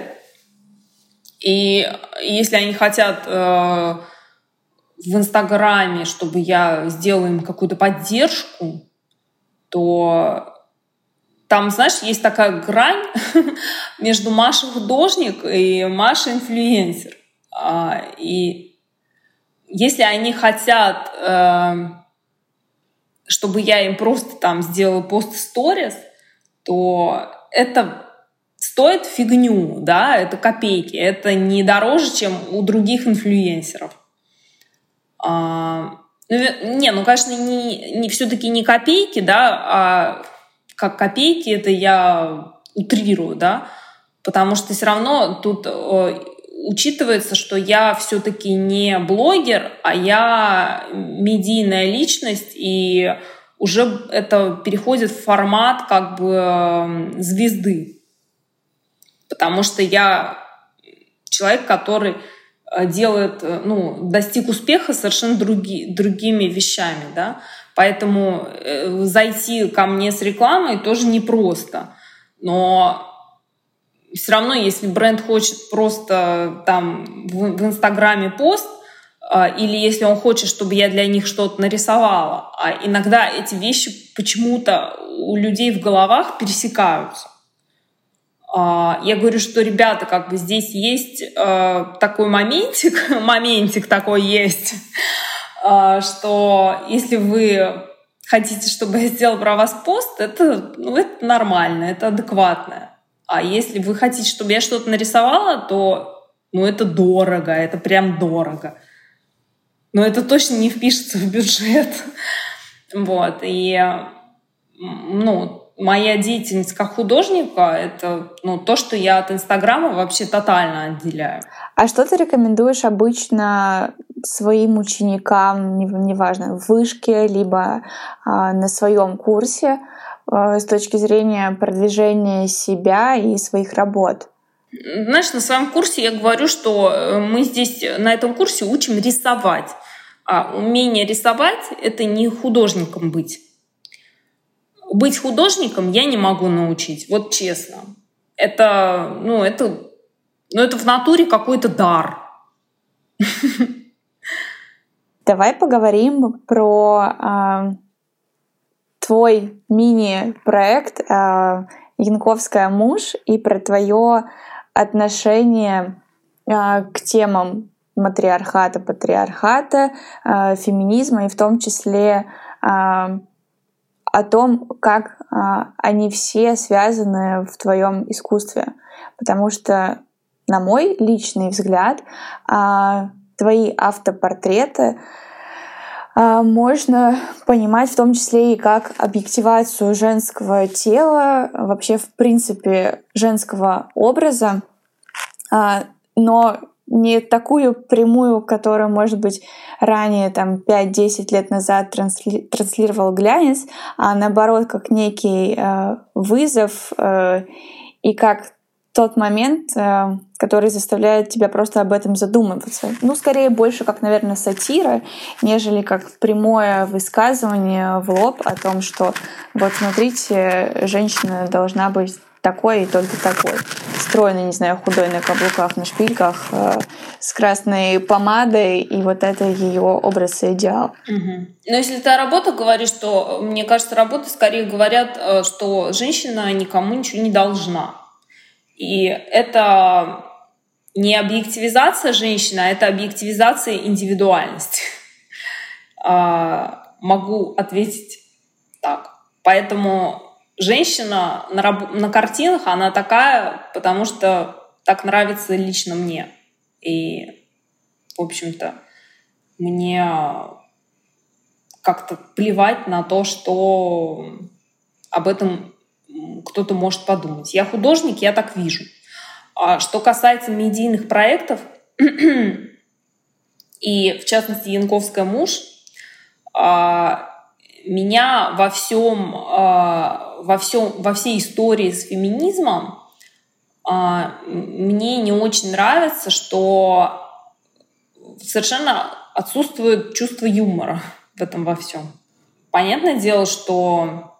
и если они хотят э, в Инстаграме, чтобы я сделала им какую-то поддержку, то там, знаешь, есть такая грань между Машей художник и Машей инфлюенсер. А, и если они хотят, э, чтобы я им просто там сделала пост сторис, то это стоит фигню, да, это копейки, это не дороже, чем у других инфлюенсеров. А, ну, не, ну, конечно, не, не, все-таки не копейки, да, а как копейки, это я утрирую, да, потому что все равно тут э, учитывается, что я все-таки не блогер, а я медийная личность, и уже это переходит в формат как бы э, звезды, потому что я человек, который делает, ну, достиг успеха совершенно други, другими вещами, да, поэтому зайти ко мне с рекламой тоже непросто, но все равно, если бренд хочет просто там в, в Инстаграме пост, или если он хочет, чтобы я для них что-то нарисовала, а иногда эти вещи почему-то у людей в головах пересекаются. Я говорю, что, ребята, как бы здесь есть э, такой моментик, моментик такой есть, э, что если вы хотите, чтобы я сделала про вас пост, это, ну, это нормально, это адекватно. А если вы хотите, чтобы я что-то нарисовала, то, ну, это дорого, это прям дорого. Но это точно не впишется в бюджет. Вот, и, ну, моя деятельность как художника — это, ну, то, что я от Инстаграма вообще тотально отделяю. А что ты рекомендуешь обычно своим ученикам, неважно, в вышке, либо э, на своем курсе э, с точки зрения продвижения себя и своих работ? Знаешь, на своем курсе я говорю, что мы здесь на этом курсе учим рисовать. А умение рисовать — это не художником быть. Быть художником я не могу научить, вот честно. Это, ну, это, ну, это в натуре какой-то дар. Давай поговорим про э, твой мини-проект э, «Янковская муж» и про твое отношение э, к темам матриархата, патриархата, э, феминизма и в том числе э, о том, как а, они все связаны в твоем искусстве. Потому что, на мой личный взгляд, а, твои автопортреты а, можно понимать в том числе и как объективацию женского тела, вообще, в принципе, женского образа, а, но не такую прямую, которую, может быть, ранее, там, пять-десять лет назад трансли- транслировал глянец, а наоборот, как некий э, вызов э, и как тот момент, э, который заставляет тебя просто об этом задумываться. Ну, скорее, больше как, наверное, сатира, нежели как прямое высказывание в лоб о том, что вот смотрите, женщина должна быть такой и только такой. Стройный, не знаю, худой на каблуках, на шпильках, э, с красной помадой, и вот это ее образ и идеал. Угу. Но если ты о работах говоришь, то, мне кажется, работы скорее говорят, что женщина никому ничего не должна. И это не объективизация женщины, а это объективизация индивидуальности. Могу ответить так. Поэтому женщина на, раб- на картинах, она такая, потому что так нравится лично мне. И, в общем-то, мне как-то плевать на то, что об этом кто-то может подумать. Я художник, я так вижу. А что касается медийных проектов, и, в частности, «Янковская муж», меня во всем, во всем, во всей истории с феминизмом мне не очень нравится, что совершенно отсутствует чувство юмора в этом во всем. Понятное дело, что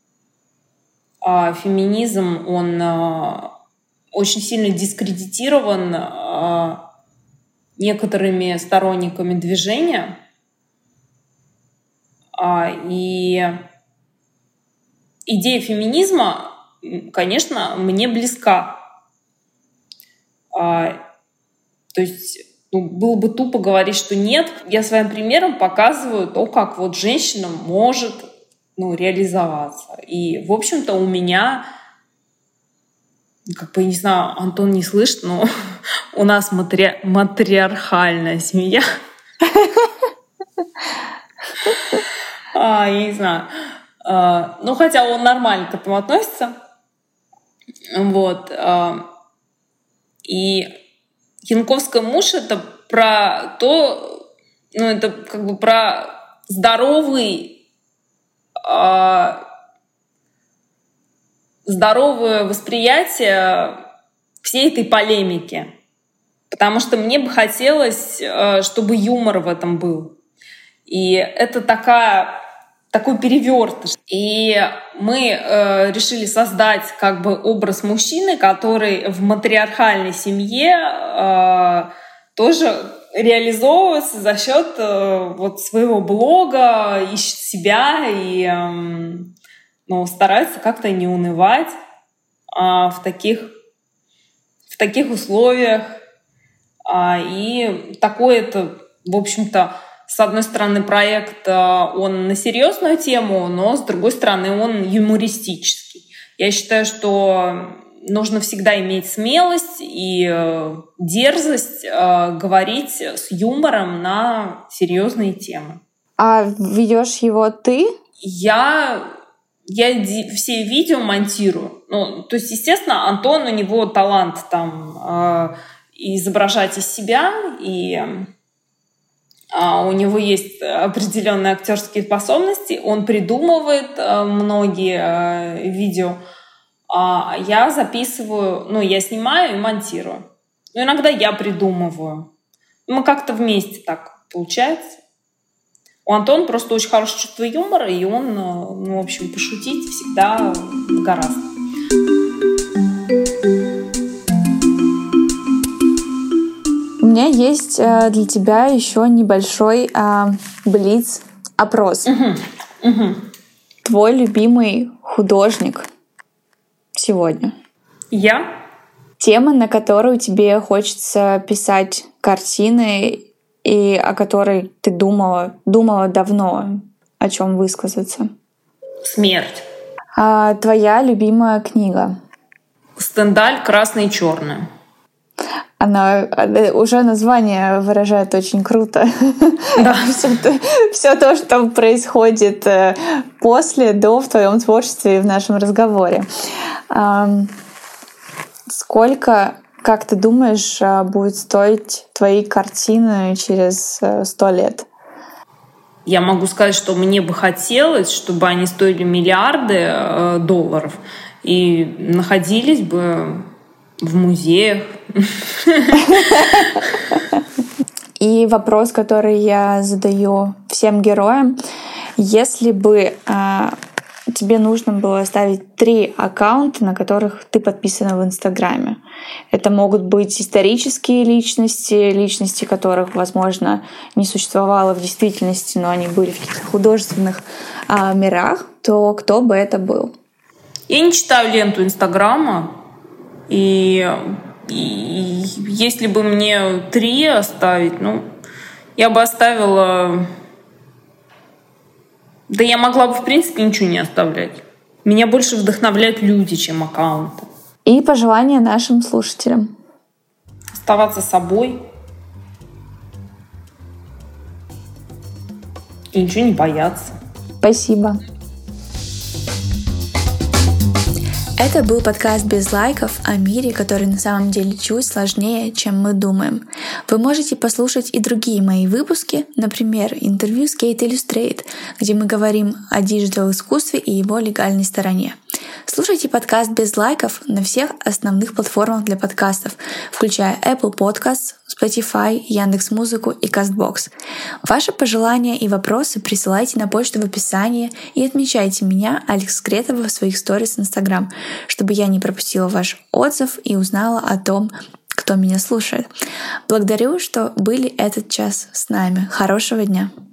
феминизм, он очень сильно дискредитирован некоторыми сторонниками движения. И идея феминизма, конечно, мне близка. То есть ну, было бы тупо говорить, что нет. Я своим примером показываю то, как вот женщина может ну, реализоваться. И, в общем-то, у меня, как бы, не знаю, Антон не слышит, но у нас матри... матриархальная семья. А, я не знаю. А, ну, хотя он нормально к этому относится. Вот. А, и Янковская муж — это про то, ну, это как бы про здоровый, а, здоровое восприятие всей этой полемики. Потому что мне бы хотелось, чтобы юмор в этом был. И это такая, такой перевертыш. И мы э, решили создать как бы образ мужчины, который в матриархальной семье э, тоже реализовывается за счет э, вот своего блога, ищет себя и э, ну, старается как-то не унывать э, в таких, в таких условиях. Э, и такой это, в общем-то, с одной стороны, проект, он на серьезную тему, но с другой стороны, он юмористический. Я считаю, что нужно всегда иметь смелость и дерзость говорить с юмором на серьезные темы. А ведешь его ты? Я, я все видео монтирую. Ну, то есть, естественно, Антон, у него талант там изображать из себя, и Uh, у него есть определенные актерские способности, он придумывает uh, многие uh, видео, а uh, я записываю, ну, я снимаю и монтирую. Ну, иногда я придумываю. Мы как-то вместе так получается. У Антона просто очень хорошее чувство юмора, и он, ну, в общем, пошутить всегда гораздо. У меня есть э, для тебя еще небольшой э, блиц-опрос. Угу. Угу. Твой любимый художник сегодня? Я? Тема, на которую тебе хочется писать картины и о которой ты думала, думала давно, о чем высказаться. Смерть. А, твоя любимая книга? Стендаль «Красное и черное». Она уже название выражает очень круто. Да. все, то, все то, что происходит после, до в твоем творчестве и в нашем разговоре. Сколько, как ты думаешь, будет стоить твои картины через сто лет? Я могу сказать, что мне бы хотелось, чтобы они стоили миллиарды долларов и находились бы в музеях. И вопрос, который я задаю всем героям: если бы а, тебе нужно было оставить три аккаунта, на которых ты подписана в Инстаграме, это могут быть исторические личности, личности которых, возможно, не существовало в действительности, но они были в каких-то художественных а, мирах, то кто бы это был? Я не читаю ленту Инстаграма, и И если бы мне три оставить, ну, я бы оставила... Да я могла бы, в принципе, ничего не оставлять. Меня больше вдохновляют люди, чем аккаунты. И пожелания нашим слушателям. Оставаться собой. И ничего не бояться. Спасибо. Это был подкаст без лайков о мире, который на самом деле чуть сложнее, чем мы думаем. Вы можете послушать и другие мои выпуски, например, интервью с Kate Illustrate, где мы говорим о диджитал-искусстве и его легальной стороне. Слушайте подкаст «Без лайков» на всех основных платформах для подкастов, включая Apple Podcasts, Spotify, Яндекс.Музыку и Castbox. Ваши пожелания и вопросы присылайте на почту в описании и отмечайте меня, Алекс Кретова, в своих сторис в Instagram, чтобы я не пропустила ваш отзыв и узнала о том, кто меня слушает. Благодарю, что были этот час с нами. Хорошего дня!